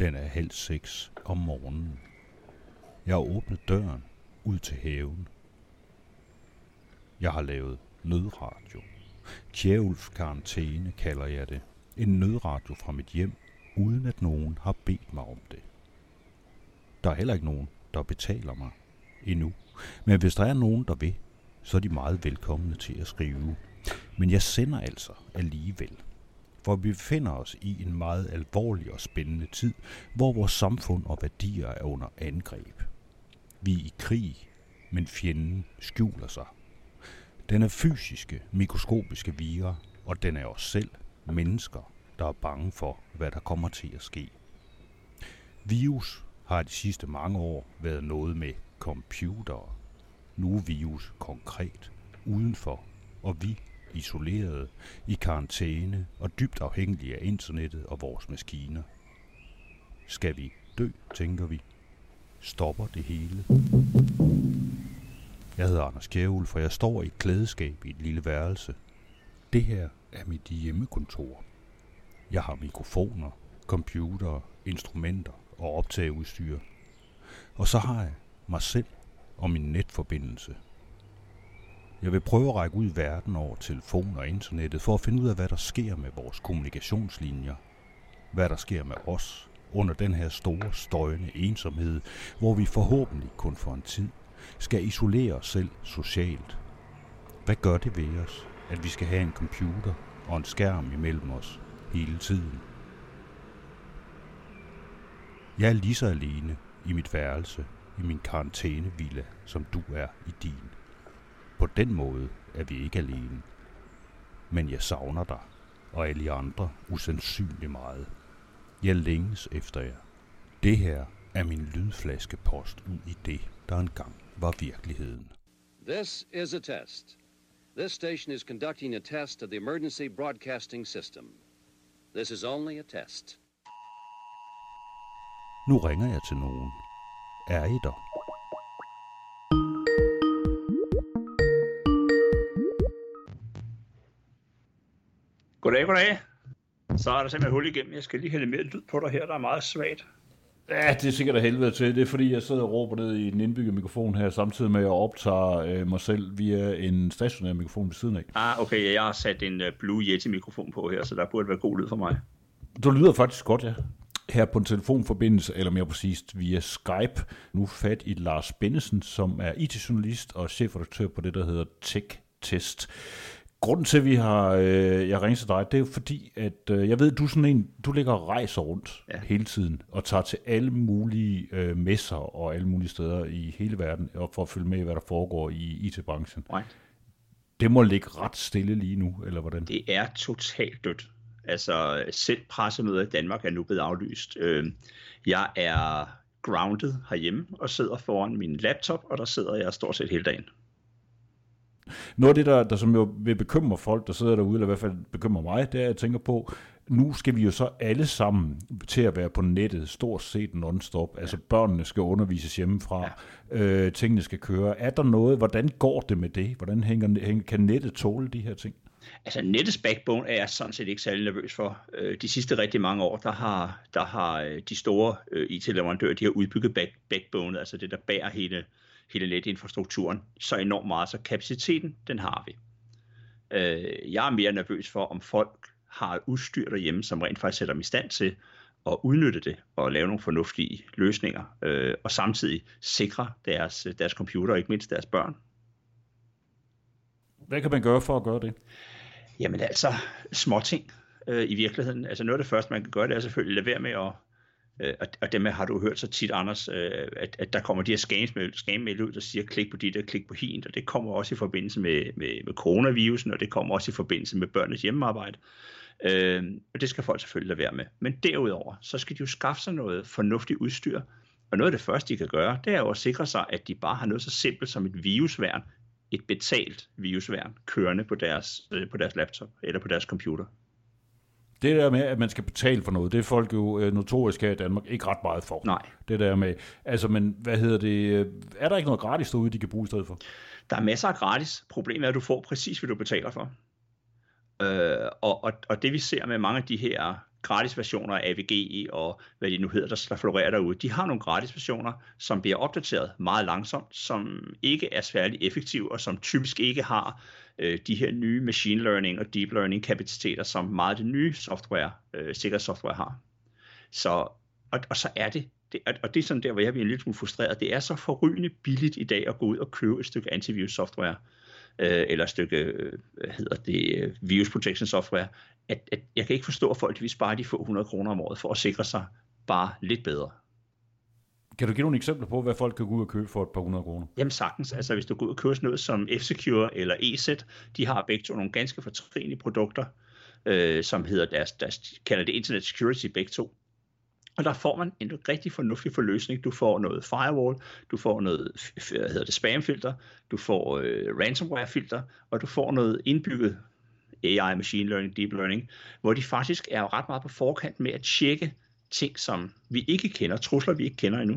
Den er 5:30 om morgenen. Jeg har åbnet døren ud til haven. Jeg har lavet nødradio. Djævulsk karantæne kalder jeg det. En nødradio fra mit hjem, uden at nogen har bedt mig om det. Der er heller ikke nogen, der betaler mig endnu. Men hvis der er nogen, der vil, så er de meget velkomne til at skrive. Men jeg sender altså alligevel. For vi befinder os i en meget alvorlig og spændende tid, hvor vores samfund og værdier er under angreb. Vi er i krig, men fjenden skjuler sig. Den er fysiske, mikroskopiske vira, og den er os selv, mennesker, der er bange for, hvad der kommer til at ske. Virus har de sidste mange år været noget med computere. Nu er virus konkret, udenfor, og vi isolerede, i karantæne og dybt afhængige af internettet og vores maskiner. Skal vi dø, tænker vi. Stopper det hele? Jeg hedder Anders Kjærulf, for jeg står i et klædeskab i et lille værelse. Det her er mit hjemmekontor. Jeg har mikrofoner, computere, instrumenter og optageudstyr. Og så har jeg mig selv og min netforbindelse. Jeg vil prøve at række ud i verden over telefon og internettet for at finde ud af, hvad der sker med vores kommunikationslinjer. Hvad der sker med os under den her store, støjende ensomhed, hvor vi forhåbentlig kun for en tid skal isolere os selv socialt. Hvad gør det ved os, at vi skal have en computer og en skærm imellem os hele tiden? Jeg er lige så alene i mit værelse, i min karantænevilla, som du er i din. På den måde er vi ikke alene. Men jeg savner dig, og alle andre usandsynligt meget. Jeg længes efter jer. Det her er min lydflaskepost ud i det, der engang var virkeligheden. This is a test. This station is conducting a test of the emergency broadcasting system. This is only a test. Nu ringer jeg til nogen. Er I der? Goddag. Så er der simpelthen hul igennem. Jeg skal lige hælde mere lyd på dig her, der er meget svagt. Ja, det er sikkert af helvede til. Det er fordi, jeg sidder og råber ned i den indbyggede mikrofon her, samtidig med at jeg optager mig selv via en stationær mikrofon ved siden af. Okay, jeg har sat en Blue Yeti-mikrofon på her, så der burde være god lyd for mig. Du lyder faktisk godt, ja. Her på en telefonforbindelse, eller mere præcist via Skype. Nu fat i Lars Bennesen, som er IT-journalist og chefredaktør på det, der hedder Tech Test. Grunden til, at jeg ringer til dig, det er jo fordi, at jeg ved, du ligger og rejser rundt hele tiden, og tager til alle mulige messer og alle mulige steder i hele verden, for at følge med, hvad der foregår i IT-branchen. Right. Det må ligge ret stille lige nu, eller hvordan? Det er totalt dødt. Altså, selv pressemøder i Danmark er nu blevet aflyst. Jeg er grounded herhjemme, og sidder foran min laptop, og der sidder jeg stort set hele dagen. Noget af det, der som jo vil bekymre folk, der sidder derude, eller i hvert fald bekymrer mig, det er, at jeg tænker på, nu skal vi jo så alle sammen til at være på nettet, stort set non-stop. Altså børnene skal undervises hjemmefra, tingene skal køre. Er der noget, hvordan går det med det? Hvordan kan nettet tåle de her ting? Altså nettets backbone er jeg sådan set ikke særlig nervøs for. De sidste rigtig mange år, der har de store IT-leverandører, de har udbygget backbone, altså det, der bærer hele netinfrastrukturen, så enormt meget, så kapaciteten, den har vi. Jeg er mere nervøs for, om folk har udstyr derhjemme, som rent faktisk sætter dem i stand til at udnytte det og lave nogle fornuftige løsninger, og samtidig sikre deres computer, og ikke mindst deres børn. Hvad kan man gøre for at gøre det? Jamen altså, småting i virkeligheden. Altså noget af det første, man kan gøre, det er selvfølgelig lade være med at og dem har du hørt så tit, Anders, at der kommer de her scam-mail ud, der siger, klik på dit og klik på hint, og det kommer også i forbindelse med coronavirusen, og det kommer også i forbindelse med børnenes hjemmearbejde. Og det skal folk selvfølgelig lade være med. Men derudover, så skal de jo skaffe sig noget fornuftigt udstyr, og noget af det første, de kan gøre, det er jo at sikre sig, at de bare har noget så simpelt som et virusværn, et betalt virusværn, kørende på deres laptop eller på deres computer. Det der med, at man skal betale for noget, det er folk jo notorisk her i Danmark ikke ret meget for. Nej. Det der med, altså, men hvad hedder det, er der ikke noget gratis derude, de kan bruge i stedet for? Der er masser af gratis. Problemet er, at du får præcis, hvad du betaler for. Og det vi ser med mange af de her gratis versioner af AVG og hvad de nu hedder, der florerer derude. De har nogle gratis versioner, som bliver opdateret meget langsomt, som ikke er særlig effektive, og som typisk ikke har de her nye machine learning og deep learning kapaciteter, som meget af det nye software, sikkerhedssoftware har. Og så er det, og det er sådan der, hvor jeg bliver en lille smule frustreret, det er så forrygende billigt i dag at gå ud og købe et stykke antivirus software, eller et stykke, virus protection software, at jeg kan ikke forstå, at folk vil spare de få 100 kroner om året for at sikre sig bare lidt bedre. Kan du give nogle eksempler på, hvad folk kan gå ud og købe for et par 100 kroner? Jamen sagtens. Altså hvis du går ud og køber noget som F-Secure eller EZ, de har begge to nogle ganske fortrinlige produkter, som hedder deres kalder det Internet Security begge to. Og der får man en rigtig fornuftig forløsning. Du får noget firewall, du får noget spamfilter, du får ransomware-filter, og du får noget indbygget AI, machine learning, deep learning, hvor de faktisk er ret meget på forkant med at tjekke ting, som vi ikke kender, trusler vi ikke kender endnu.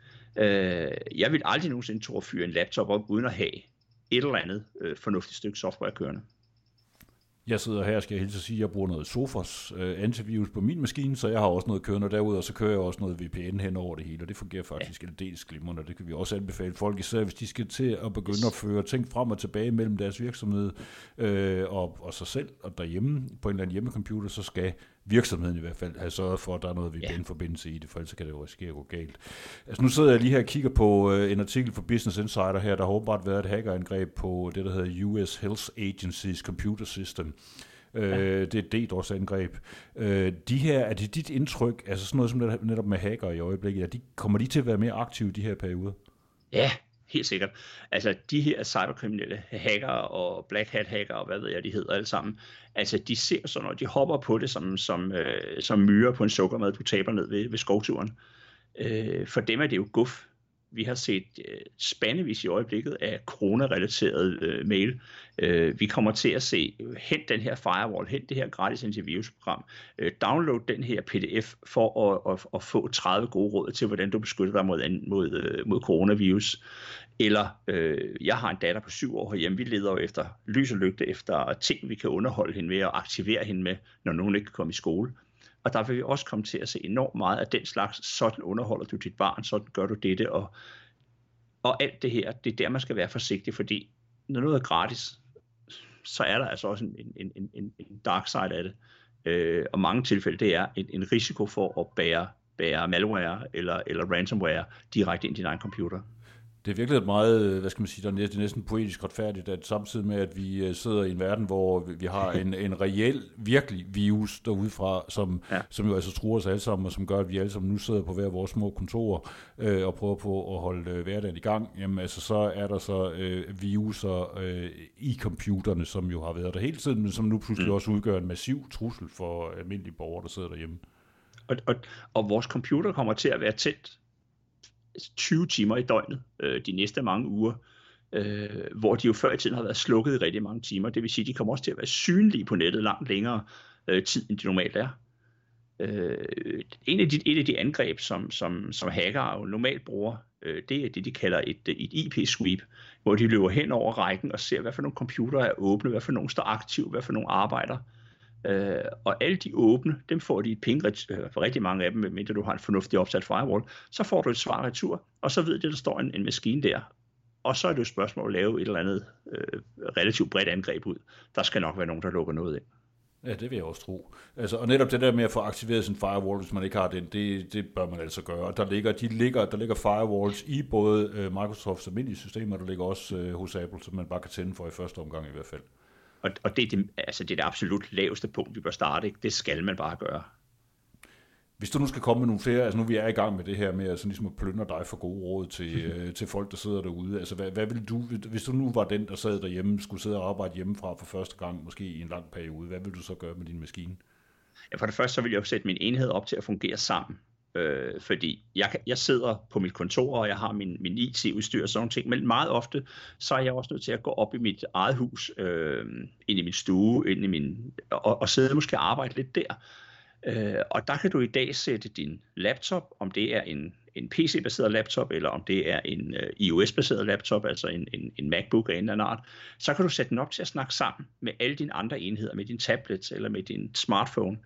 Jeg vil aldrig nogensinde tro at fyre en laptop op, uden at have et eller andet fornuftigt stykke software kørende. Jeg sidder her, skal jeg hilse at sige, at jeg bruger noget Sophos antivirus på min maskine, så jeg har også noget kørende derude, og så kører jeg også noget VPN hen over det hele, og det fungerer faktisk aldeles glimrende, og det kan vi også anbefale folk, især hvis de skal til at begynde at føre ting frem og tilbage mellem deres virksomhed og sig selv, og derhjemme på en eller anden hjemmecomputer, så skal virksomheden i hvert fald have sørget for, at der er noget VPN-forbindelse i det, for ellers kan det jo risikere at gå galt. Altså nu sidder jeg lige her og kigger på en artikel fra Business Insider her, der har åbenbart været et hackerangreb på det, der hedder US Health Agency's computer system. Det er et DDoS-angreb. De her, er det dit indtryk, altså sådan noget som netop med hacker i øjeblikket, kommer de til at være mere aktive i de her perioder? Ja, helt sikkert. Altså de her cyberkriminelle hacker og black hat hacker og hvad ved jeg, de hedder alle sammen, altså de ser sådan noget, de hopper på det som myrer på en sukkermad, du taber ned ved skovturen. For dem er det jo guf. Vi har set spandevis i øjeblikket af corona-relateret mail. Vi kommer til at se, hent den her firewall, hent det her gratis antivirusprogram, download den her pdf for at få 30 gode råd til, hvordan du beskytter dig mod coronavirus. Eller jeg har en datter på 7 år herhjemme, vi leder jo efter lys og lygte, efter ting, vi kan underholde hende med og aktivere hende med, når nogen ikke kan komme i skole. Og der vil vi også komme til at se enormt meget af den slags, sådan underholder du dit barn, sådan gør du dette, og alt det her, det er der, man skal være forsigtig, fordi når noget er gratis, så er der altså også en dark side af det. Og mange tilfælde, det er en risiko for at bære malware eller ransomware direkte ind i din egen computer. Det er virkelig et meget, hvad skal man sige, det er næsten poetisk retfærdigt, at samtidig med, at vi sidder i en verden, hvor vi har en reel, virkelig virus derudefra, som jo altså truer os alle sammen, og som gør, at vi alle sammen nu sidder på hver vores små kontorer og prøver på at holde hverdagen i gang. Jamen altså, så er der så viruser i computerne, som jo har været der hele tiden, men som nu pludselig også udgør en massiv trussel for almindelige borgere, der sidder derhjemme. Og vores computer kommer til at være tændt 20 timer i døgnet de næste mange uger, hvor de jo før i tiden har været slukket i rigtig mange timer. Det vil sige, at de kommer også til at være synlige på nettet langt længere tid, end de normalt er. Et af de angreb, som hackere jo normalt bruger, det er det, de kalder et IP-sweep, hvor de løber hen over rækken og ser, hvad for nogle computere er åbne, hvad for nogle står aktive, hvad for nogle arbejder. Og alle de åbne, dem får de et ping for rigtig mange af dem, medmindre du har en fornuftig opsat firewall, så får du et svar retur, og så ved det, der står en maskine der. Og så er det jo et spørgsmål at lave et eller andet relativt bredt angreb ud. Der skal nok være nogen, der lukker noget ind. Ja, det vil jeg også tro. Altså, og netop det der med at få aktiveret sin firewall, hvis man ikke har den, det bør man altså gøre. Der ligger firewalls i både Microsofts almindelige systemer, der ligger også hos Apple, som man bare kan tænde for i første omgang i hvert fald. Og det er det absolut laveste punkt, vi bør starte. Ikke? Det skal man bare gøre. Hvis du nu skal komme med nogle flere, altså nu vi er i gang med det her med altså ligesom at plyndre dig for gode råd til folk, der sidder derude. Altså hvad vil du, hvis du nu var den, der sad derhjemme, skulle sidde og arbejde hjemmefra for første gang, måske i en lang periode, hvad vil du så gøre med din maskine? Ja, for det første så vil jeg jo sætte min enhed op til at fungere sammen. Fordi jeg sidder på mit kontor, og jeg har min IT-udstyr og sådan nogle ting, men meget ofte, så er jeg også nødt til at gå op i mit eget hus, ind i min stue, og sidde måske og arbejde lidt der. Og der kan du i dag sætte din laptop, om det er en PC-baseret laptop, eller om det er en iOS-baseret laptop, altså en MacBook af en eller anden art, så kan du sætte den op til at snakke sammen med alle dine andre enheder, med din tablet eller med din smartphone.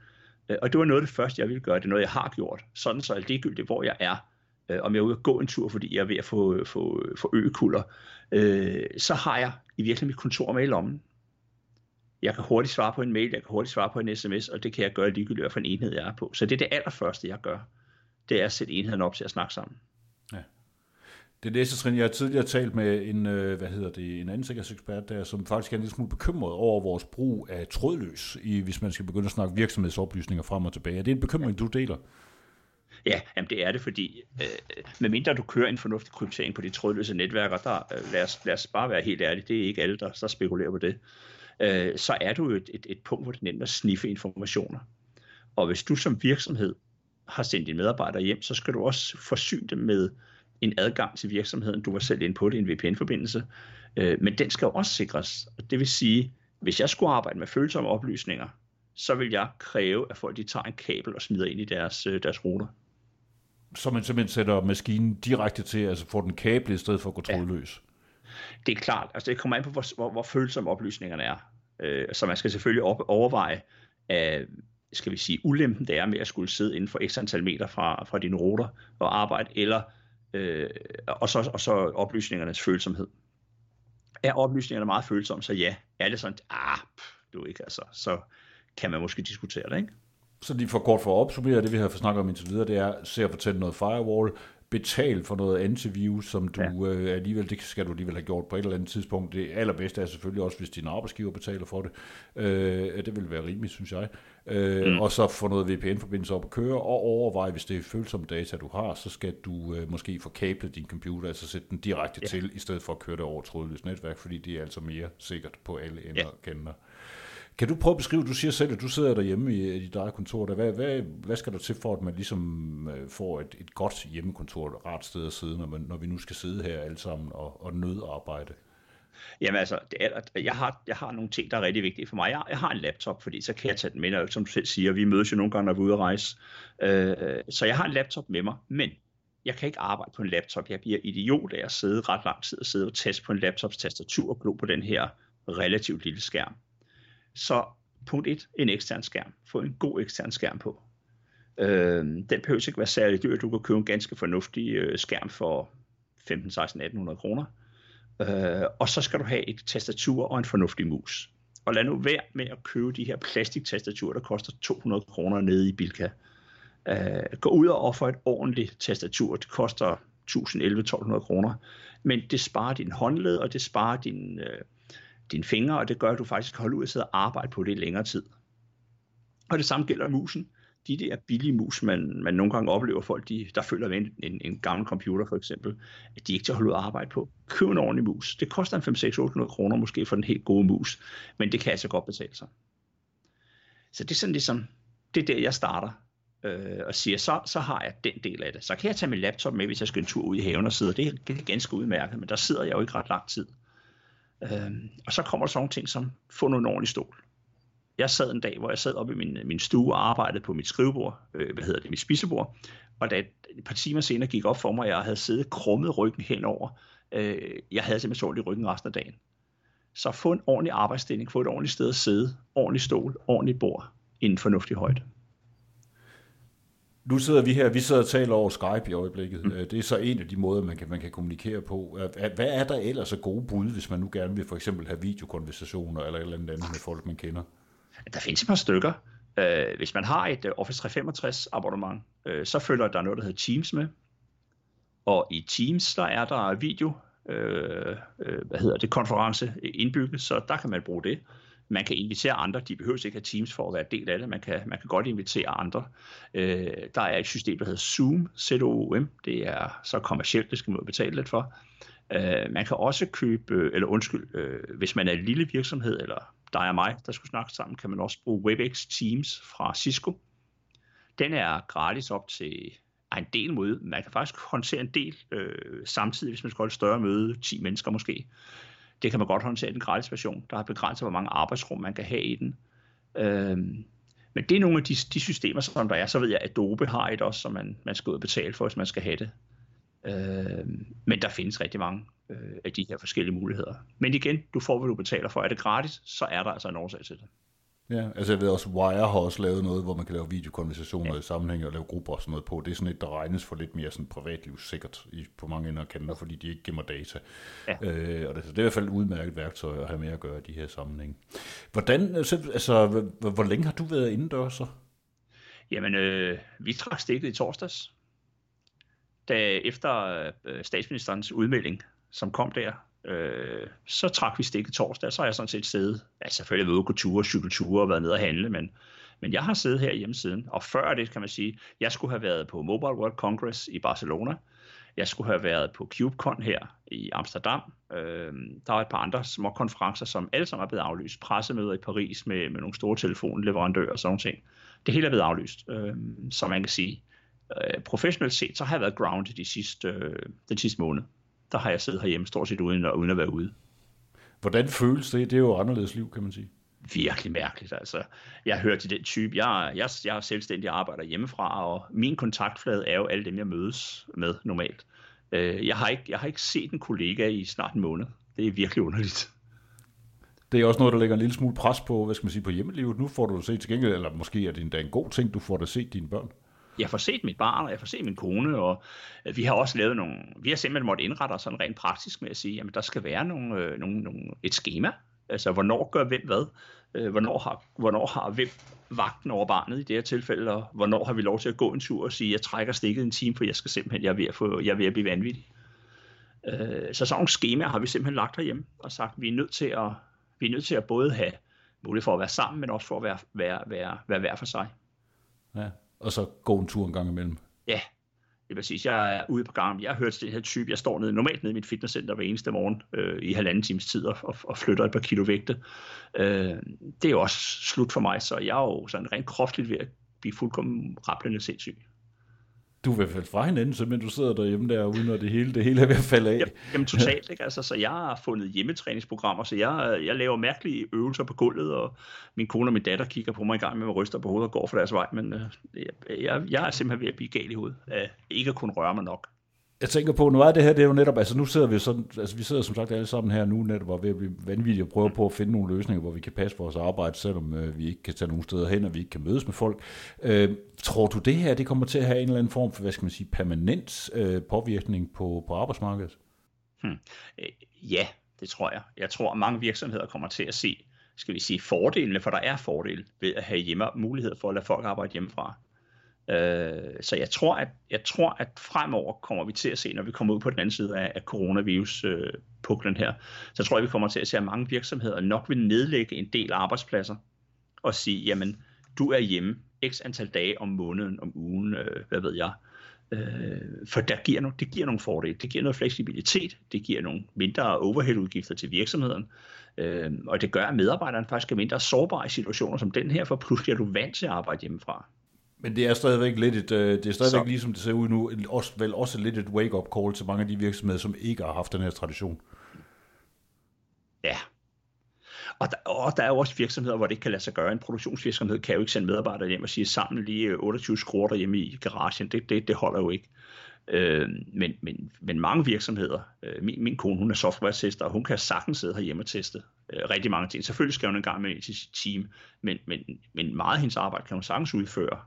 Og det var noget af det første, jeg ville gøre. Det er noget, jeg har gjort. Sådan så ligegyldigt, hvor jeg er, om jeg er ude at gå en tur, fordi jeg er ved at få øgekulder, så har jeg i virkeligheden mit kontor med i lommen. Jeg kan hurtigt svare på en mail, jeg kan hurtigt svare på en sms, og det kan jeg gøre ligegyldigt, hvad for en enhed jeg er på. Så det er det allerførste, jeg gør. Det er at sætte enheden op til at snakke sammen. Ja. Det næste trin, jeg har tidligere talt med en anden sikkerhedsekspert der, som faktisk er en lille smule bekymret over vores brug af trådløs, hvis man skal begynde at snakke virksomhedsoplysninger frem og tilbage. Er det en bekymring, du deler? Ja, jamen det er det, fordi medmindre du kører en fornuftig kryptering på de trådløse netværker, der, lad os bare være helt ærlige, det er ikke alle, der spekulerer på det, så er du et punkt, hvor det er nemt at sniffe informationer. Og hvis du som virksomhed har sendt dine medarbejdere hjem, så skal du også forsyne dem med en adgang til virksomheden. Du var selv inde på det, en VPN-forbindelse, men den skal jo også sikres. Det vil sige, hvis jeg skulle arbejde med følsomme oplysninger, så vil jeg kræve, at folk de tager en kabel og smider ind i deres router. Så man simpelthen sætter maskinen direkte til, altså får den kablet i stedet for at gå trådløs? Ja. Det er klart, altså det kommer an på, hvor følsomme oplysningerne er. Så man skal selvfølgelig overveje, skal vi sige, ulempen det er med at skulle sidde inden for x antal meter fra dine router og arbejde, eller og så oplysningernes følsomhed. Er oplysningerne meget følsomme, så ja, er det sådan, så kan man måske diskutere det, ikke? Så lige for kort for at opsummere, det vi har snakket om indtil videre, det er, se at fortælle noget firewall, betal for noget antivirus, som du alligevel, det skal du alligevel have gjort på et eller andet tidspunkt. Det allerbedste er selvfølgelig også, hvis din arbejdsgiver betaler for det. Det vil være rimeligt, synes jeg. Og så få noget VPN-forbindelse op at køre, og overveje, hvis det er følsomme data, du har, så skal du måske få kablet din computer, altså sætte den direkte til, i stedet for at køre det over trådløst netværk, fordi det er altså mere sikkert på alle ender og kanter. Kan du prøve at beskrive, du siger selv, at du sidder derhjemme i dit eget kontor, hvad skal der til for, at man ligesom får et godt hjemmekontor, et rart sted at sidde, når vi nu skal sidde her alle sammen og nødarbejde? Jamen altså, jeg har nogle ting, der er rigtig vigtige for mig. Jeg har en laptop, fordi så kan jeg tage den med, og som du selv siger, vi mødes jo nogle gange, når vi er ude at rejse. Så jeg har en laptop med mig, men jeg kan ikke arbejde på en laptop. Jeg bliver idiot af at sidde ret lang tid og sidde og taste på en laptops tastatur og glo på den her relativt lille skærm. Så punkt 1, en ekstern skærm. Få en god ekstern skærm på. Den behøver ikke være særlig dyr. Du kan købe en ganske fornuftig skærm for 15, 16, 1800 kroner. Og så skal du have et tastatur og en fornuftig mus. Og lad nu være med at købe de her plastiktastaturer, der koster 200 kroner nede i Bilka. Gå ud og offer et ordentligt tastatur. Det koster 1000, 1100, 1200 kroner. Men det sparer din håndled, og det sparer dine fingre, og det gør, at du faktisk kan holde ud og sidde og arbejde på det i længere tid. Og det samme gælder musen. De der billige mus, man nogle gange oplever folk, der følger med en gammel computer for eksempel, at de ikke til at holde ud og arbejde på. Køb en ordentlig mus. Det koster en 500-800 kroner måske for den helt gode mus, men det kan altså godt betale sig. Så det er sådan ligesom, det er der jeg starter og siger, så har jeg den del af det. Så kan jeg tage min laptop med, hvis jeg skal en tur ud i haven og sidde, det er ganske udmærket, men der sidder jeg jo ikke ret lang tid. Og så kommer der sådan nogle ting som, få en ordentlig stol. Jeg sad en dag, hvor jeg sad oppe i min stue og arbejdede på mit skrivebord, mit spisebord, og da et par timer senere gik op for mig, at jeg havde siddet krummet ryggen henover. Jeg havde simpelthen så ondt i ryggen resten af dagen. Så få en ordentlig arbejdsstilling, få et ordentligt sted at sidde, ordentlig stol, ordentligt bord, i en fornuftig højde. Nu sidder vi her, vi sidder og taler over Skype i øjeblikket. Det er så en af de måder, man kan kommunikere på. Hvad er der ellers af gode bud, hvis man nu gerne vil for eksempel have videokonversationer eller et eller andet med folk, man kender? Der findes et par stykker. Hvis man har et Office 365 abonnement, så følger der noget, der hedder Teams med. Og i Teams, der er der video, konference indbygget, så der kan man bruge det. Man kan invitere andre, de behøver ikke have Teams for at være del af det, man kan godt invitere andre. Der er et system, der hedder Zoom, ZOOM, det er så kommercielt, det skal man betale lidt for. Man kan også købe, hvis man er en lille virksomhed, eller dig og mig, der skulle snakke sammen, kan man også bruge WebEx Teams fra Cisco. Den er gratis op til en del møde. Man kan faktisk håndtere en del samtidig, hvis man skal holde et større møde, 10 mennesker måske. Det kan man godt håndtere i den gratis version. Der er begrænset, hvor mange arbejdsrum man kan have i den. Men det er nogle af de systemer, som der er. Så ved jeg, at Adobe har et også, som man skal ud og betale for, hvis man skal have det. Men der findes rigtig mange af de her forskellige muligheder. Men igen, du får, hvad du betaler for. Er det gratis, så er der altså en årsag til det. Ja, altså jeg ved også, Wire har også lavet noget, hvor man kan lave videokonversationer i sammenhæng og lave grupper og sådan noget på. Det er sådan et, der regnes for lidt mere sådan privatlivssikkert på mange ender kanter, fordi de ikke gemmer data. Ja. Og det er i hvert fald et udmærket værktøj at have med at gøre i de her sammenhæng. Hvor længe har du været indendørs så? Jamen, vi trak stikket i torsdags. Efter statsministerens udmelding, som kom der, så trak vi stikket torsdag, så har jeg sådan set siddet, selvfølgelig været ude på ture, cykelture og været nede og handle, men jeg har siddet her hjemme siden, og før det kan man sige, jeg skulle have været på Mobile World Congress i Barcelona, jeg skulle have været på CubeCon her i Amsterdam, der er et par andre små konferencer, som alle sammen er blevet aflyst, pressemøder i Paris med nogle store telefonleverandører og sådan ting, det hele er blevet aflyst, så man kan sige, professionelt set, så har jeg været grounded den sidste måned. Der har jeg siddet herhjemme stort set uden at være ude. Hvordan føles det? Det er jo anderledes liv, kan man sige. Virkelig mærkeligt, altså. Jeg hører til den type. Jeg er selvstændig og arbejder hjemmefra, og min kontaktflade er jo alle dem, jeg mødes med normalt. Jeg har ikke set en kollega i snart en måned. Det er virkelig underligt. Det er også noget, der lægger en lille smule pres på, på hjemmelivet. Nu får du set til gengæld, eller måske er det endda en god ting, du får da set dine børn. Jeg får set mit barn, og jeg får set min kone, og vi har også lavet vi har simpelthen måttet indrette os sådan rent praktisk med at sige, jamen der skal være et schema. Altså, hvornår gør hvem hvad? Hvornår har hvem vagten over barnet i det her tilfælde, og hvornår har vi lov til at gå en tur og sige, jeg trækker stikket en time, for jeg er ved at blive vanvittig. Så sådan nogle skemaer har vi simpelthen lagt herhjemme, og sagt, vi er nødt til at både have mulighed for at være sammen, men også for at være hver for sig. Ja. Og så gå en tur en gang imellem. Ja, det er præcis. Jeg er ude på gangen. Jeg har hørt det her type. Jeg står normalt nede i mit fitnesscenter hver eneste morgen i 1,5 times tid og flytter et par kilo vægte. Det er jo også slut for mig, så jeg er jo sådan rent kropsligt ved at blive fuldkommen rablende sindssyg. Du er i hvert fald fra hinanden, simpelthen du sidder derhjemme der, uden at det hele er ved at falde af. Jamen totalt, ikke? Altså, så jeg har fundet hjemmetræningsprogrammer, så jeg laver mærkelige øvelser på gulvet, og min kone og min datter kigger på mig en gang med at ryster på hovedet og går for deres vej, men jeg er simpelthen ved at blive gal i hovedet af ikke at kunne røre mig nok. Jeg tænker på, nu er det her, det er jo netop, altså nu sidder vi sådan, altså vi sidder som sagt alle sammen her nu netop og ved at blive vanvittige og prøve på at finde nogle løsninger, hvor vi kan passe vores arbejde, selvom vi ikke kan tage nogen steder hen, og vi ikke kan mødes med folk. Tror du det her, det kommer til at have en eller anden form for, permanent påvirkning på arbejdsmarkedet? Ja, det tror jeg. Jeg tror, at mange virksomheder kommer til at se, fordelene, for der er fordele ved at have mulighed for at lade folk arbejde hjemmefra. Så jeg tror, at fremover kommer vi til at se, når vi kommer ud på den anden side af coronavirus-puklen her, så tror jeg, vi kommer til at se, at mange virksomheder nok vil nedlægge en del arbejdspladser og sige, jamen, du er hjemme x antal dage om måneden, om ugen, hvad ved jeg. For det giver nogle fordele. Det giver noget fleksibilitet, det giver nogle mindre overhead-udgifter til virksomheden, og det gør, at medarbejderne faktisk er mindre sårbare i situationer som den her, for pludselig er du vant til at arbejde hjemmefra. Men det er stadigvæk lidt ligesom det ser ud nu, også lidt et wake-up call til mange af de virksomheder, som ikke har haft den her tradition. Ja. Og der er jo også virksomheder, hvor det ikke kan lade sig gøre. En produktionsvirksomhed kan jo ikke sende medarbejdere hjem og sige sammen lige 28 skruer derhjemme i garagen. Det holder jo ikke. Men mange virksomheder, min kone, hun er software-tester, og hun kan sagtens sidde herhjemme og teste rigtig mange ting. Selvfølgelig skal hun en gang med i sit team, men meget af hendes arbejde kan hun sagtens udføre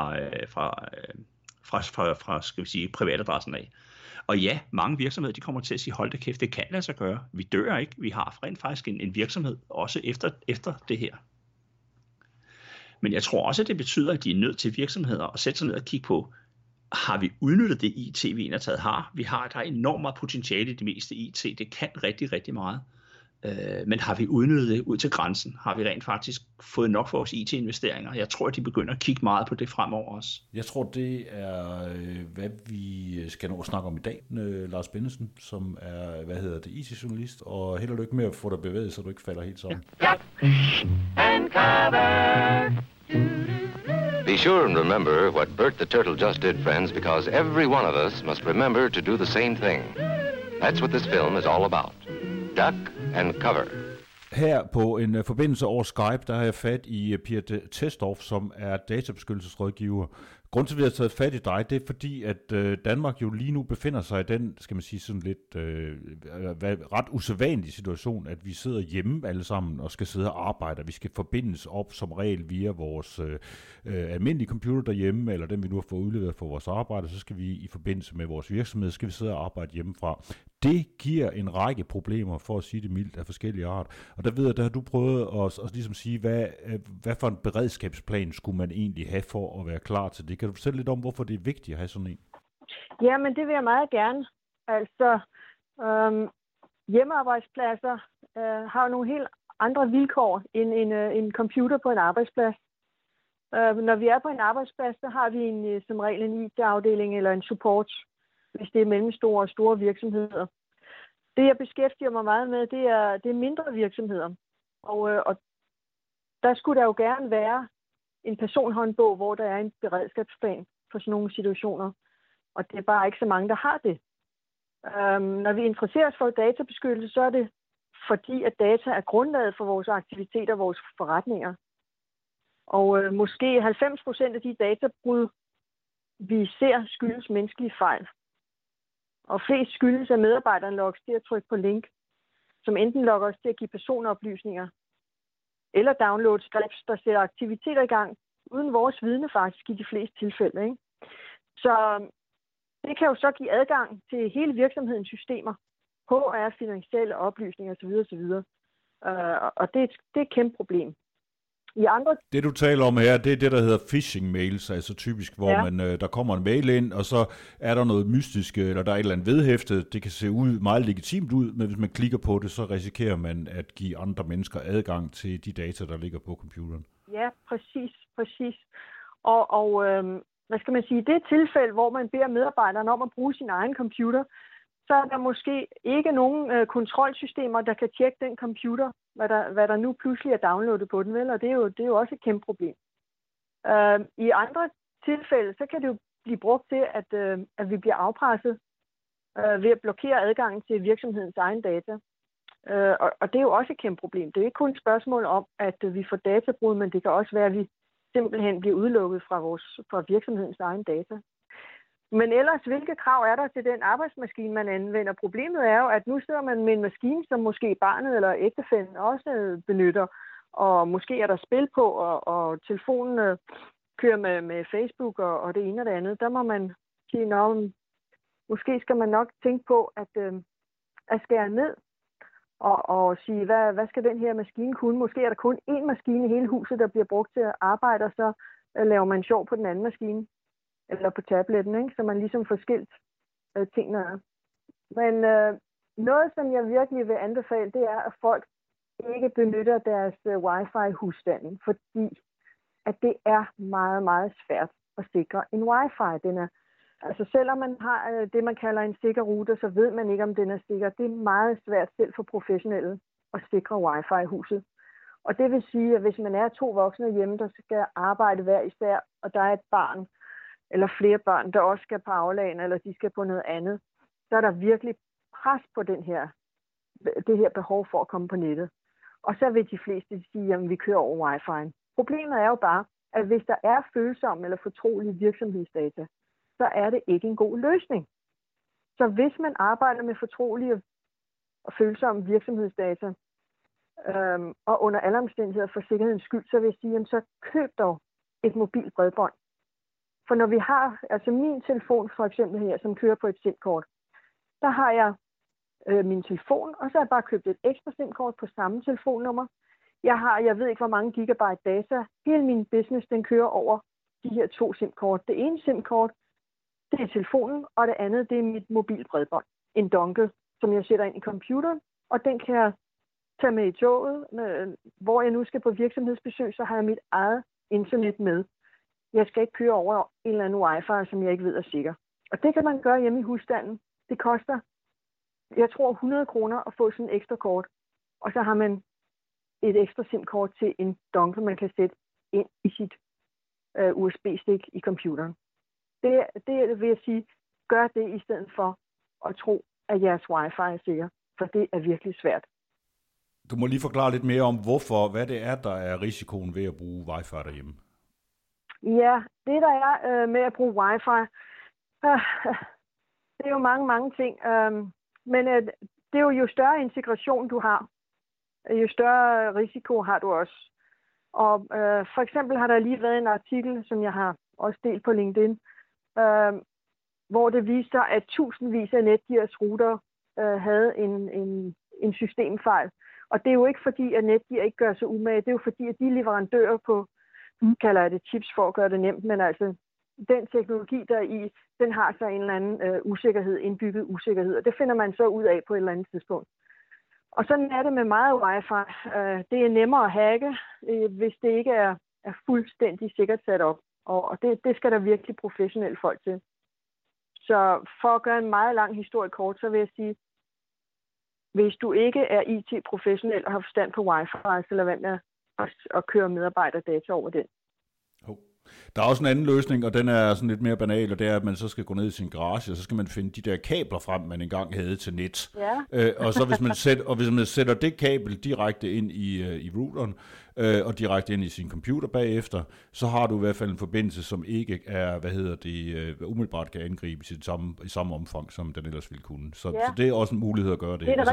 fra skal vi sige, privatadressen af. Og ja, mange virksomheder, de kommer til at sige, hold da kæft, det kan lade sig gøre. Vi dør ikke. Vi har rent faktisk en virksomhed, også efter det her. Men jeg tror også, at det betyder, at de er nødt til virksomheder at sætte sig ned og kigge på, har vi udnyttet det IT, vi indtaget har? Der er enormt meget potentiale i det meste IT. Det kan rigtig, rigtig meget. Men har vi udnyttet det ud til grænsen? Har vi rent faktisk fået nok for vores IT-investeringer? Jeg tror, at de begynder at kigge meget på det fremover også. Jeg tror, det er, hvad vi skal nå at snakke om i dag. Lars Bennesen, som er, IT-journalist, og held og lykke med at få dig bevæget, så du ikke falder helt sammen. Be sure and remember what Bert the Turtle just did, friends, because every one of us must remember to do the same thing. That's what this film is all about. Duck and cover. Her på en forbindelse over Skype, der har jeg fat i Pia Tesdorf, som er databeskyttelsesrådgiver, Grunden til, at vi har taget fat i dig, det er fordi, at Danmark jo lige nu befinder sig i den, skal man sige, sådan lidt ret usædvanlig situation, at vi sidder hjemme alle sammen og skal sidde og arbejde. Vi skal forbindes op som regel via vores almindelige computer derhjemme, eller den vi nu har fået udleveret for vores arbejde, så skal vi i forbindelse med vores virksomhed, skal vi sidde og arbejde hjemmefra. Det giver en række problemer, for at sige det mildt, af forskellige art. Og der ved jeg, der har du prøvet at ligesom sige, hvad for en beredskabsplan skulle man egentlig have for at være klar til det. Kan du fortælle lidt om, hvorfor det er vigtigt at have sådan en? Jamen, det vil jeg meget gerne. Altså, hjemmearbejdspladser har jo nogle helt andre vilkår end en computer på en arbejdsplads. Når vi er på en arbejdsplads, så har vi som regel en IT-afdeling eller en support, hvis det er mellemstore og store virksomheder. Det, jeg beskæftiger mig meget med, det er mindre virksomheder. Og der skulle der jo gerne være en personhåndbog, hvor der er en beredskabsplan for sådan nogle situationer. Og det er bare ikke så mange, der har det. Når vi interesserer os for databeskyttelse, så er det fordi, at data er grundlaget for vores aktiviteter og vores forretninger. Og måske 90% af de databrud, vi ser, skyldes menneskelige fejl. Og flest skyldes, at medarbejderen logger til at trykke på link, som enten logger os til at give personoplysninger, eller downloade scripts, der sætter aktiviteter i gang, uden vores vidne faktisk i de fleste tilfælde. Ikke? Så det kan jo så give adgang til hele virksomhedens systemer, HR, finansielle oplysninger osv. osv. Og det er et kæmpe problem. Det du taler om her, det er det, der hedder phishing mails, altså typisk, hvor der kommer en mail ind, og så er der noget mystisk, eller der er et eller andet vedhæftet. Det kan se ud meget legitimt ud, men hvis man klikker på det, så risikerer man at give andre mennesker adgang til de data, der ligger på computeren. Ja, præcis. Og hvad skal man sige, det tilfælde, hvor man beder medarbejderen om at bruge sin egen computer, så er der måske ikke nogen kontrolsystemer, der kan tjekke den computer, hvad der nu pludselig er downloadet på den, vel? Og det er jo også et kæmpe problem. I andre tilfælde, så kan det jo blive brugt til, at vi bliver afpresset ved at blokere adgangen til virksomhedens egen data. Og det er jo også et kæmpe problem. Det er ikke kun et spørgsmål om, at vi får databrud, men det kan også være, at vi simpelthen bliver udelukket fra virksomhedens egen data. Men ellers, hvilke krav er der til den arbejdsmaskine, man anvender? Problemet er jo, at nu sidder man med en maskine, som måske barnet eller ægtefællen også benytter, og måske er der spil på, og telefonen kører med Facebook og det ene og det andet. Der må man sige, måske skal man nok tænke på at skære ned og sige, hvad skal den her maskine kunne? Måske er der kun én maskine i hele huset, der bliver brugt til at arbejde, og så laver man sjov på den anden maskine. Eller på tabletten, ikke? Så man ligesom får skilt tingene af. Men noget, som jeg virkelig vil anbefale, det er, at folk ikke benytter deres wifi-husstanding, fordi at det er meget, meget svært at sikre en wifi. Altså selvom man har det, man kalder en sikker router, så ved man ikke, om den er sikker. Det er meget svært selv for professionelle at sikre wifi i huset. Og det vil sige, at hvis man er 2 voksne hjemme, der skal arbejde hver især, og der er et barn, eller flere børn, der også skal på aflagen, eller de skal på noget andet, så er der virkelig pres på det her behov for at komme på nettet. Og så vil de fleste sige, at vi kører over wifi'en. Problemet er jo bare, at hvis der er følsomme eller fortrolige virksomhedsdata, så er det ikke en god løsning. Så hvis man arbejder med fortrolige og følsomme virksomhedsdata, og under alle omstændigheder for sikkerhedens skyld, så vil jeg sige, så køb dog et mobilt bredbånd. For når vi har, altså min telefon for eksempel her, som kører på et SIM-kort, der har jeg min telefon, og så har jeg bare købt et ekstra SIM-kort på samme telefonnummer. Jeg ved ikke, hvor mange gigabyte data. Hele min business, den kører over de her 2 SIM-kort. Det ene SIM-kort, det er telefonen, og det andet, det er mit mobilbredbånd. En dongle, som jeg sætter ind i computeren, og den kan jeg tage med i toget. Hvor jeg nu skal på virksomhedsbesøg, så har jeg mit eget internet med. Jeg skal ikke køre over en eller anden wifi, som jeg ikke ved er sikker. Og det kan man gøre hjemme i husstanden. Det koster, jeg tror, 100 kroner at få sådan en ekstra kort. Og så har man et ekstra SIM-kort til en dongle, man kan sætte ind i sit USB-stik i computeren. Det vil jeg sige, gør det i stedet for at tro, at jeres wifi er sikker. For det er virkelig svært. Du må lige forklare lidt mere om, hvad det er, der er risikoen ved at bruge wifi derhjemme. Ja, det der er med at bruge wifi, det er jo mange ting. Men det er jo større integration du har, jo større risiko har du også. Og for eksempel har der lige været en artikel, som jeg har også delt på LinkedIn, hvor det viser, at tusindvis af Netgears router havde en systemfejl. Og det er jo ikke fordi, at Netgear ikke gør sig umage. Det er jo fordi, at de leverandører på, nu kalder jeg det chips for at gøre det nemt, men altså den teknologi, der er i, den har så en eller anden usikkerhed, indbygget usikkerhed. Og det finder man så ud af på et eller andet tidspunkt. Og sådan er det med meget wifi. Det er nemmere at hacke, hvis det ikke er fuldstændig sikkert sat op. Og det skal der virkelig professionelle folk til. Så for at gøre en meget lang historie kort, så vil jeg sige, hvis du ikke er IT-professionel og har forstand på wifi, så lad være med at køre medarbejderdata over den. Der er også en anden løsning, og den er sådan lidt mere banal, og det er, at man så skal gå ned i sin garage, og så skal man finde de der kabler frem, man engang havde til net. Ja. Og så hvis man sætter det kabel direkte ind i routeren, og direkte ind i sin computer bagefter, så har du i hvert fald en forbindelse, som ikke er, umiddelbart kan angribe i samme omfang, som den ellers ville kunne. Så det er også en mulighed at gøre det. Det er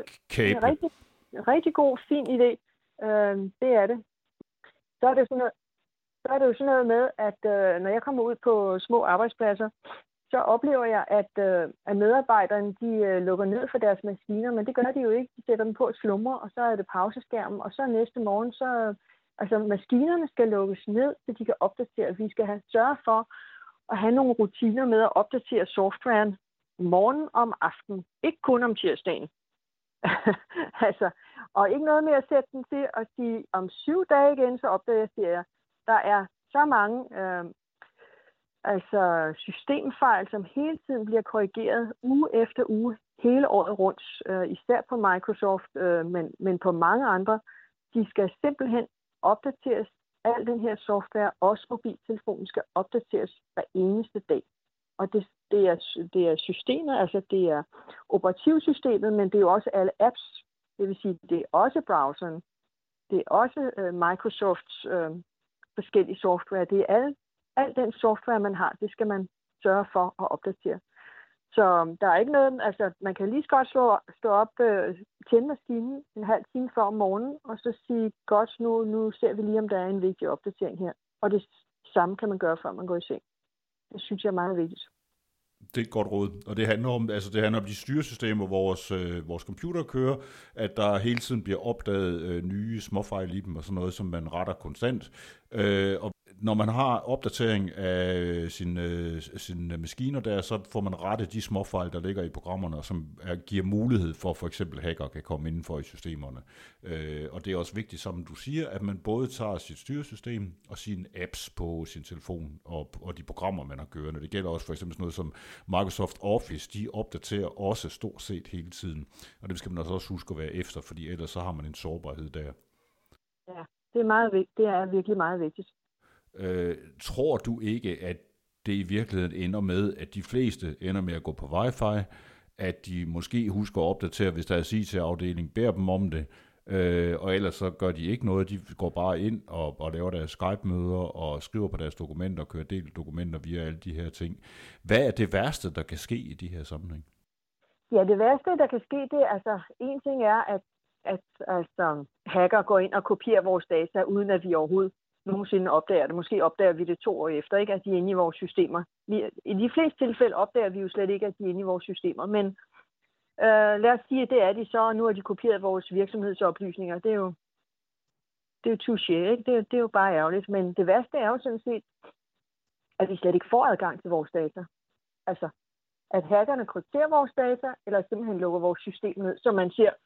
en rigtig god, fin idé. Det er det. Så er det jo sådan noget med, at når jeg kommer ud på små arbejdspladser, så oplever jeg, at medarbejderne de lukker ned for deres maskiner, men det gør de jo ikke. De sætter dem på at slumre, og så er det pauseskærmen, og så næste morgen, så maskinerne skal lukkes ned, så de kan opdatere. Vi skal sørge for at have nogle rutiner med at opdatere softwaren morgen om aftenen, ikke kun om tirsdagen. Og ikke noget med at sætte den til at sige, om 7 dage igen, så opdaterer jeg. Der er så mange systemfejl, som hele tiden bliver korrigeret uge efter uge, hele året rundt, især på Microsoft, men på mange andre. De skal simpelthen opdateres. Al den her software, også mobiltelefonen, skal opdateres hver eneste dag. Og det er systemet, altså det er operativsystemet, men det er jo også alle apps. Det vil sige, det er også browseren. Det er også Microsofts forskellige software. Det er al den software, man har, det skal man sørge for at opdatere. Så der er ikke noget, altså man kan lige så godt stå op, tænde maskinen en halv time før om morgenen, og så sige, godt, nu ser vi lige, om der er en vigtig opdatering her. Og det samme kan man gøre, før man går i seng. Det synes jeg er meget vigtigt. Det er et godt råd, og det handler om de styresystemer, vores computer kører, at der hele tiden bliver opdaget nye småfejl i dem og sådan noget, som man retter konstant. Og når man har opdatering af sine maskiner der, så får man rettet de småfejl, der ligger i programmerne, som giver mulighed for eksempel hacker kan komme indenfor i systemerne. Og det er også vigtigt, som du siger, at man både tager sit styresystem og sine apps på sin telefon og de programmer, man har kørende. Det gælder også for eksempel sådan noget som Microsoft Office, de opdaterer også stort set hele tiden. Og det skal man også huske at være efter, fordi ellers så har man en sårbarhed der. Ja, det er meget vigtigt. Det er virkelig meget vigtigt. Tror du ikke, at det i virkeligheden ender med, at de fleste ender med at gå på wifi, at de måske husker at opdatere, hvis der er IT-afdeling, beder dem om det, og ellers så gør de ikke noget, de går bare ind og laver deres Skype-møder og skriver på deres dokumenter og kører delt dokumenter via alle de her ting. Hvad er det værste, der kan ske i de her sammenhæng? Ja, det værste, der kan ske, det er altså, en ting er, at hacker går ind og kopierer vores data, uden at vi overhovedet nogensinde opdager det. Måske opdager vi det 2 år efter, ikke, at de er inde i vores systemer. I de fleste tilfælde opdager vi jo slet ikke, at de er inde i vores systemer, men lad os sige, at det er de så, og nu har de kopieret vores virksomhedsoplysninger. Det er jo touché, ikke? Det er jo bare ærgerligt, men det værste er jo sådan set, at vi slet ikke får adgang til vores data. Altså, at hackerne krypterer vores data, eller simpelthen lukker vores system ned, som man ser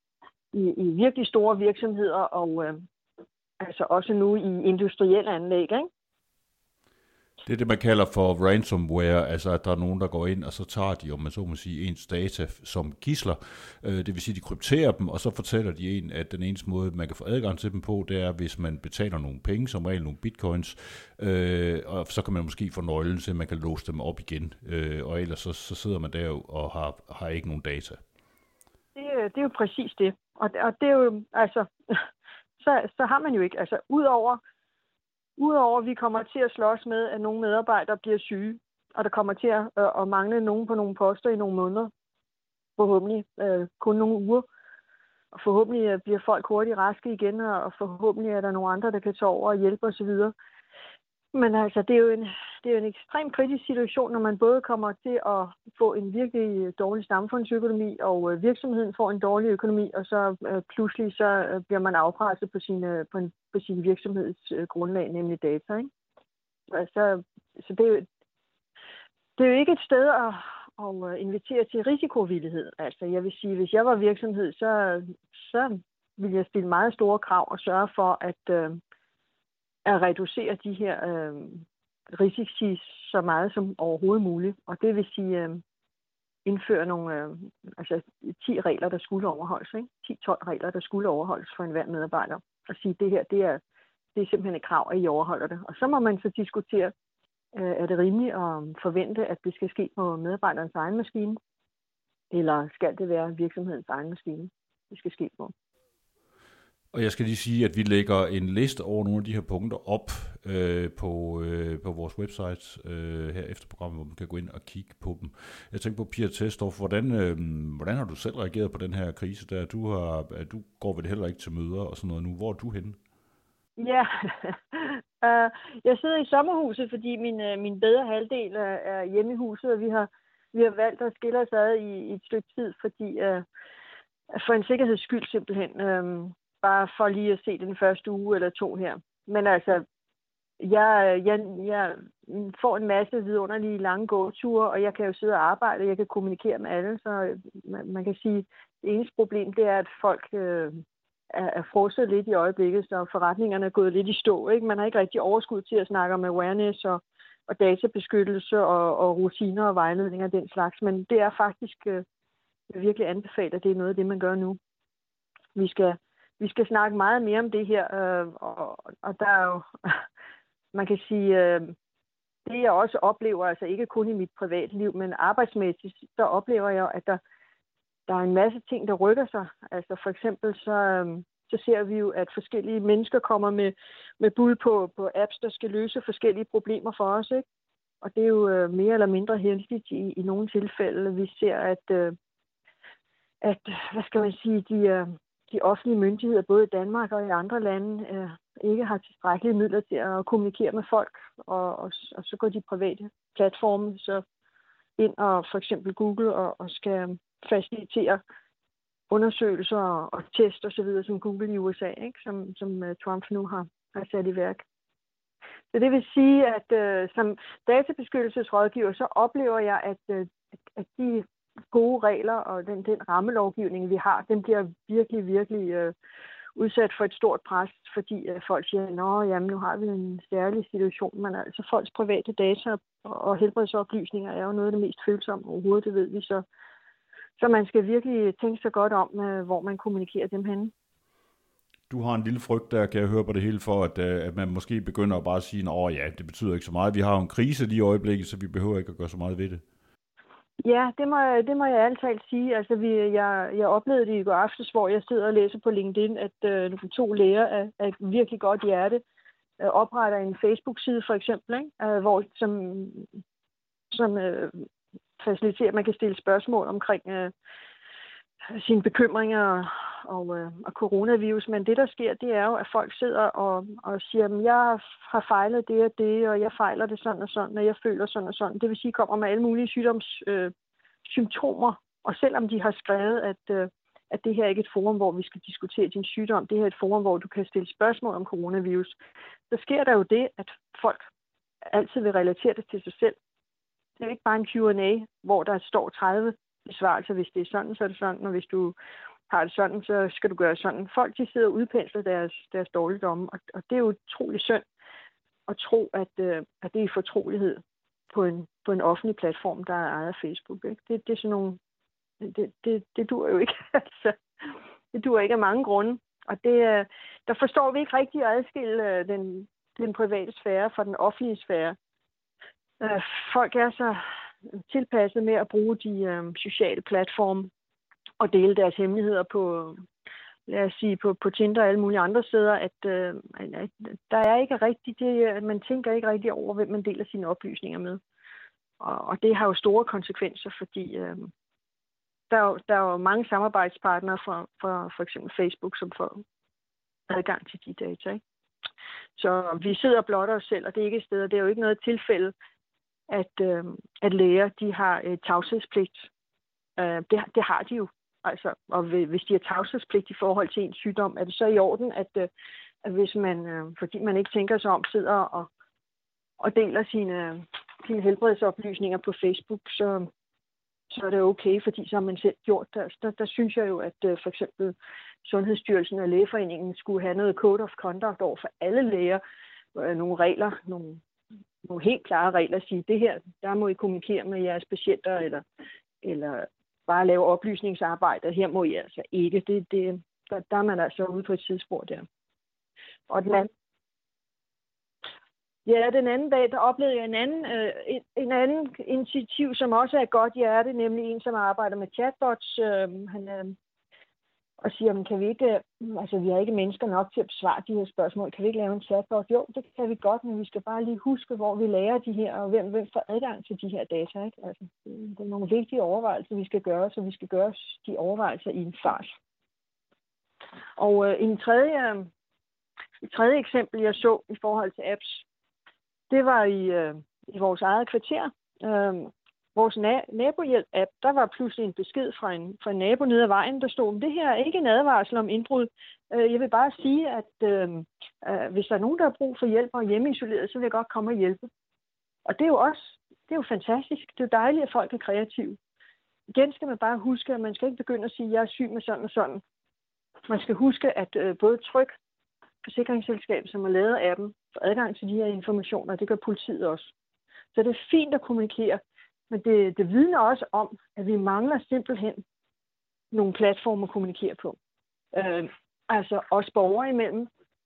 i virkelig store virksomheder, og altså også nu i industrielle anlæg, ikke? Det er det, man kalder for ransomware, altså at der er nogen, der går ind, og så tager de, om man så må sige, ens data som gidsler. Det vil sige, de krypterer dem, og så fortæller de en, at den eneste måde, man kan få adgang til dem på, det er, hvis man betaler nogle penge, som regel nogle bitcoins, og så kan man måske få nøglen til, at man kan låse dem op igen, og ellers så sidder man der og har ikke nogen data. Det er jo præcis det, og det er jo, altså, så har man jo ikke, altså udover Udover at vi kommer til at slås med, at nogle medarbejdere bliver syge, og der kommer til at mangle nogen på nogle poster i nogle måneder, forhåbentlig kun nogle uger, og forhåbentlig bliver folk hurtigt raske igen, og forhåbentlig er der nogle andre, der kan tage over og hjælpe osv. Men altså, det er jo en ekstremt kritisk situation, når man både kommer til at få en virkelig dårlig samfundsøkonomi, og virksomheden får en dårlig økonomi, og så pludselig så bliver man afpresset på sin virksomheds grundlag, nemlig data. Ikke? Altså, så det er jo ikke et sted at invitere til risikovillighed. Altså, jeg vil sige, hvis jeg var virksomhed, så ville jeg stille meget store krav og sørge for at reducere de her risici så meget som overhovedet muligt. Og det vil sige indføre nogle 10 regler, der skulle overholdes. Ikke? 10-12 regler, der skulle overholdes for enhver medarbejder. Og sige, det her, det er simpelthen et krav, at I overholder det. Og så må man så diskutere, er det rimeligt at forvente, at det skal ske på medarbejderens egen maskine? Eller skal det være virksomhedens egen maskine, det skal ske på? Og jeg skal lige sige, at vi lægger en liste over nogle af de her punkter op på vores website her efter programmet, hvor man kan gå ind og kigge på dem. Jeg tænker på, Pia Tesdorf, hvordan har du selv reageret på den her krise der? Du går vel heller ikke til møder og sådan noget nu. Hvor er du henne? Ja, jeg sidder i sommerhuset, fordi min bedre halvdel er hjemme i huset, og vi har valgt at skille os ad i et stykke tid, fordi for en sikkerheds skyld simpelthen, bare for lige at se den første uge eller 2 her. Men altså, jeg får en masse vidunderlige lange gåture, og jeg kan jo sidde og arbejde, og jeg kan kommunikere med alle, så man kan sige, det eneste problem, det er, at folk er frosset lidt i øjeblikket, så forretningerne er gået lidt i stå. Ikke? Man har ikke rigtig overskud til at snakke om awareness og databeskyttelse og rutiner og vejledninger og den slags, men det er faktisk virkelig anbefalet, at det er noget af det, man gør nu. Vi skal snakke meget mere om det her, og der er jo, man kan sige, det jeg også oplever, altså ikke kun i mit privatliv, men arbejdsmæssigt, så oplever jeg, at der er en masse ting, der rykker sig. Altså for eksempel så ser vi jo, at forskellige mennesker kommer med bud på apps, der skal løse forskellige problemer for os, ikke? Og det er jo mere eller mindre heldigt i nogle tilfælde. Vi ser, at hvad skal man sige, de offentlige myndigheder, både i Danmark og i andre lande, ikke har tilstrækkelige midler til at kommunikere med folk, og så går de private platforme så ind og for eksempel Google og skal facilitere undersøgelser og test og så videre, som Google i USA, ikke? Som Trump nu har sat i værk. Så det vil sige, at som databeskyttelsesrådgiver, så oplever jeg, at de gode regler og den rammelovgivning, vi har, den bliver virkelig, virkelig udsat for et stort pres, fordi folk siger, jamen nu har vi en særlig situation, men altså folks private data og helbredsoplysninger er jo noget af det mest følsomme overhovedet, det ved vi så. Så man skal virkelig tænke sig godt om, hvor man kommunikerer dem henne. Du har en lille frygt der, kan jeg høre på det hele, for at man måske begynder at bare sige, ja, det betyder ikke så meget. Vi har jo en krise lige i øjeblikket, så vi behøver ikke at gøre så meget ved det. Ja, det må jeg altid sige. Altså, jeg oplevede det i går aftes, hvor jeg sidder og læser på LinkedIn, at 2 læger af virkelig godt hjerte opretter en Facebook-side for eksempel, ikke? Hvor som faciliterer, at man kan stille spørgsmål omkring sine bekymringer og coronavirus. Men det, der sker, det er jo, at folk sidder og siger, at jeg har fejlet det og det, og jeg fejler det sådan og sådan, og jeg føler sådan og sådan. Det vil sige, kommer med alle mulige sygdomssymptomer. Og selvom de har skrevet, at det her ikke er et forum, hvor vi skal diskutere din sygdom, det her er et forum, hvor du kan stille spørgsmål om coronavirus, så sker der jo det, at folk altid vil relatere det til sig selv. Det er ikke bare en Q&A, hvor der står 30 besvarelser. Hvis det er sådan, så er det sådan, og hvis du har det sådan, så skal du gøre sådan. Folk, de sidder og udpensler deres dårligdomme, og det er jo utrolig synd at tro, at det er fortrolighed på en offentlig platform, der er ejet af Facebook. Ikke? Det er sådan nogle... Det dur jo ikke. Altså, det dur ikke af mange grunde. Og der forstår vi ikke rigtig at adskille den private sfære fra den offentlige sfære. Folk er så tilpasset med at bruge de sociale platforme og dele deres hemmeligheder lad os sige, på Tinder og alle mulige andre steder, at der er ikke rigtigt det, man tænker ikke rigtig over, hvem man deler sine oplysninger med. Og det har jo store konsekvenser, fordi der er jo mange samarbejdspartnere for eksempel Facebook, som får adgang til de data, ikke? Så vi sidder og blotter os selv, og det er ikke et sted, og det er jo ikke noget tilfælde, at læger, de har tavshedspligt. Det har de jo. Altså, og hvis de har tavshedspligt i forhold til en sygdom, er det så i orden, at hvis man, fordi man ikke tænker sig om, sidder og deler sine helbredsoplysninger på Facebook, så er det okay, fordi så har man selv gjort det. Der synes jeg jo, at for eksempel Sundhedsstyrelsen og Lægeforeningen skulle have noget code of conduct over for alle læger, nogle regler, nogle helt klare regler, at sige, det her, der må I kommunikere med jeres patienter, eller bare lave oplysningsarbejde, her må I altså ikke. Der er man altså ude på et tidsspor der. Og den anden dag, der oplevede jeg en anden initiativ, som også er et godt hjerte, nemlig en, som arbejder med chatbots. Og siger, kan vi ikke, altså vi har ikke mennesker nok til at besvare de her spørgsmål, kan vi ikke lave en chatbot? Jo, det kan vi godt, men vi skal bare lige huske, hvor vi lærer de her, og hvem får adgang til de her data, ikke? Altså, det er nogle vigtige overvejelser, vi skal gøre, så vi skal gøre de overvejelser i en fart. Og et tredje eksempel, jeg så i forhold til apps, det var i vores eget kvarter. Vores nabohjælp-app, der var pludselig en besked fra en nabo nede ad vejen, der stod, det her er ikke en advarsel om indbrud. Jeg vil bare sige, at hvis der er nogen, der har brug for hjælp og hjemmeisoleret, så vil jeg godt komme og hjælpe. Og det er jo fantastisk. Det er jo dejligt, at folk er kreative. Igen skal man bare huske, at man skal ikke begynde at sige, at jeg er syg med sådan og sådan. Man skal huske, at både Tryg, forsikringsselskabet, som har lavet appen, får adgang til de her informationer, og det gør politiet også. Så det er fint at kommunikere. Men det vidner også om, at vi mangler simpelthen nogle platformer at kommunikere på. Altså os borgere imellem,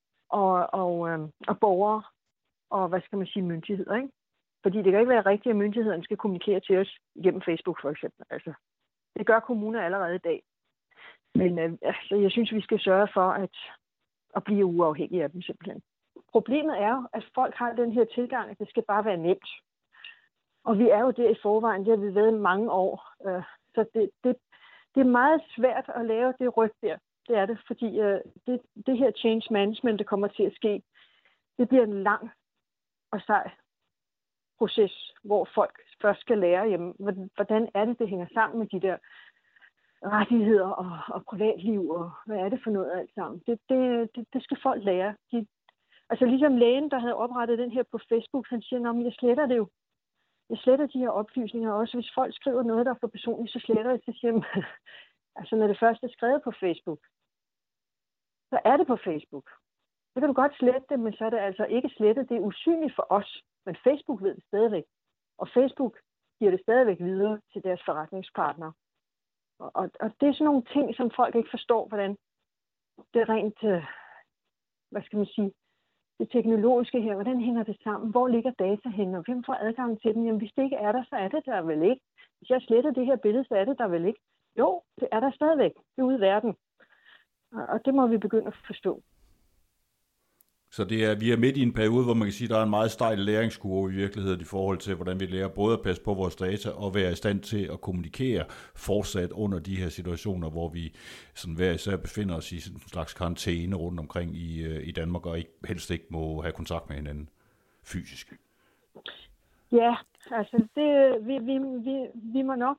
og borgere, og hvad skal man sige, myndigheder, ikke? Fordi det kan ikke være rigtigt, at myndighederne skal kommunikere til os igennem Facebook for eksempel. Altså, det gør kommuner allerede i dag. Men altså, jeg synes, vi skal sørge for at blive uafhængige af dem simpelthen. Problemet er jo, at folk har den her tilgang, at det skal bare være nemt. Og vi er jo der i forvejen, det har vi været i mange år. Så det er meget svært at lave det ryg der. Det er det, fordi det her change management, der kommer til at ske, det bliver en lang og sej proces, hvor folk først skal lære, hvordan er det hænger sammen med de der rettigheder og privatliv, og hvad er det for noget alt sammen. Det skal folk lære. Altså ligesom lægen, der havde oprettet den her på Facebook, han siger, jeg sletter det jo. Jeg sletter de her oplysninger også. Hvis folk skriver noget, der er for personligt, så sletter jeg til hjem. Altså når det først er skrevet på Facebook, så er det på Facebook. Så kan du godt slette det, men så er det altså ikke slettet. Det er usynligt for os, men Facebook ved det stadigvæk. Og Facebook giver det stadigvæk videre til deres forretningspartnere. Og det er sådan nogle ting, som folk ikke forstår, hvordan det er rent, hvad skal man sige, det teknologiske her, hvordan hænger det sammen? Hvor ligger data henne? Og hvem får adgang til dem? Jamen, hvis det ikke er der, så er det der vel ikke. Hvis jeg sletter det her billede, så er det der vel ikke. Jo, det er der stadigvæk. Det er ude i verden. Og det må vi begynde at forstå. Så vi er midt i en periode, hvor man kan sige, at der er en meget stejl læringskurve i virkeligheden i forhold til, hvordan vi lærer både at passe på vores data og være i stand til at kommunikere fortsat under de her situationer, hvor vi sådan hver især befinder os i en slags karantæne rundt omkring i Danmark, og helst ikke må have kontakt med hinanden fysisk. Ja, altså vi må nok,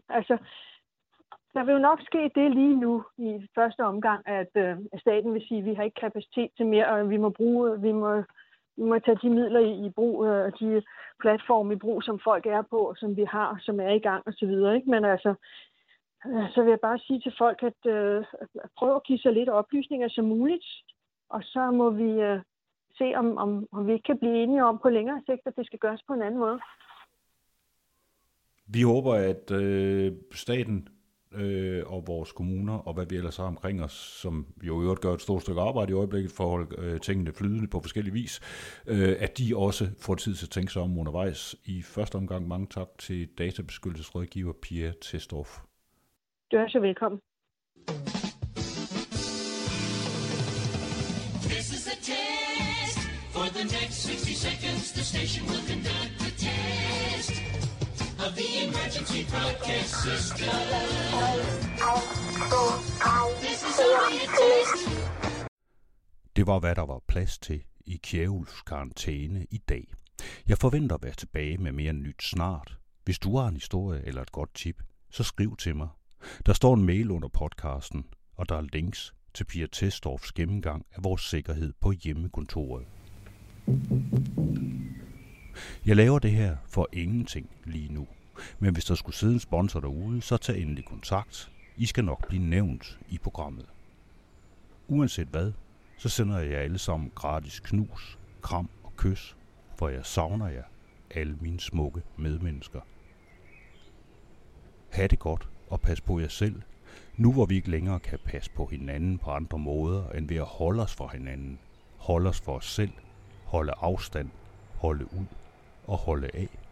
der vil jo nok ske det lige nu i første omgang, at staten vil sige, at vi har ikke kapacitet til mere, og vi må tage de midler i brug, og de platforme i brug, som folk er på, som vi har, som er i gang og så videre, ikke? Men altså, så vil jeg bare sige til folk, at prøv at give så lidt oplysninger som muligt, og så må vi se, om vi ikke kan blive enige om på længere sigt, at det skal gøres på en anden måde. Vi håber, at staten og vores kommuner, og hvad vi ellers har omkring os, som jo i øvrigt gør et stort stykke arbejde i øjeblikket for at holde tingene flydende på forskellige vis, at de også får tid til at tænke sig om undervejs. I første omgang mange tak til databeskyttelsesrådgiver Pia Tesdorf. Du er så velkommen. the next 60 seconds, the station will conduct a test of the emergency broadcast system. This is only a test. Det var, hvad der var plads til i Kjærulfs karantæne i dag. Jeg forventer at være tilbage med mere nyt snart. Hvis du har en historie eller et godt tip, så skriv til mig. Der står en mail under podcasten, og der er links til Pia Tesdorfs gennemgang af vores sikkerhed på hjemmekontoret. Jeg laver det her for ingenting lige nu. Men hvis der skulle sidde en sponsor derude, så tag endelig kontakt. I skal nok blive nævnt i programmet. Uanset hvad, så sender jeg jer alle sammen gratis knus, kram og kys, for jeg savner jer, alle mine smukke medmennesker. Ha' det godt og pas på jer selv, nu hvor vi ikke længere kan passe på hinanden på andre måder, end ved at holde os fra hinanden. Holde os for os selv, holde afstand, holde ud og holde af.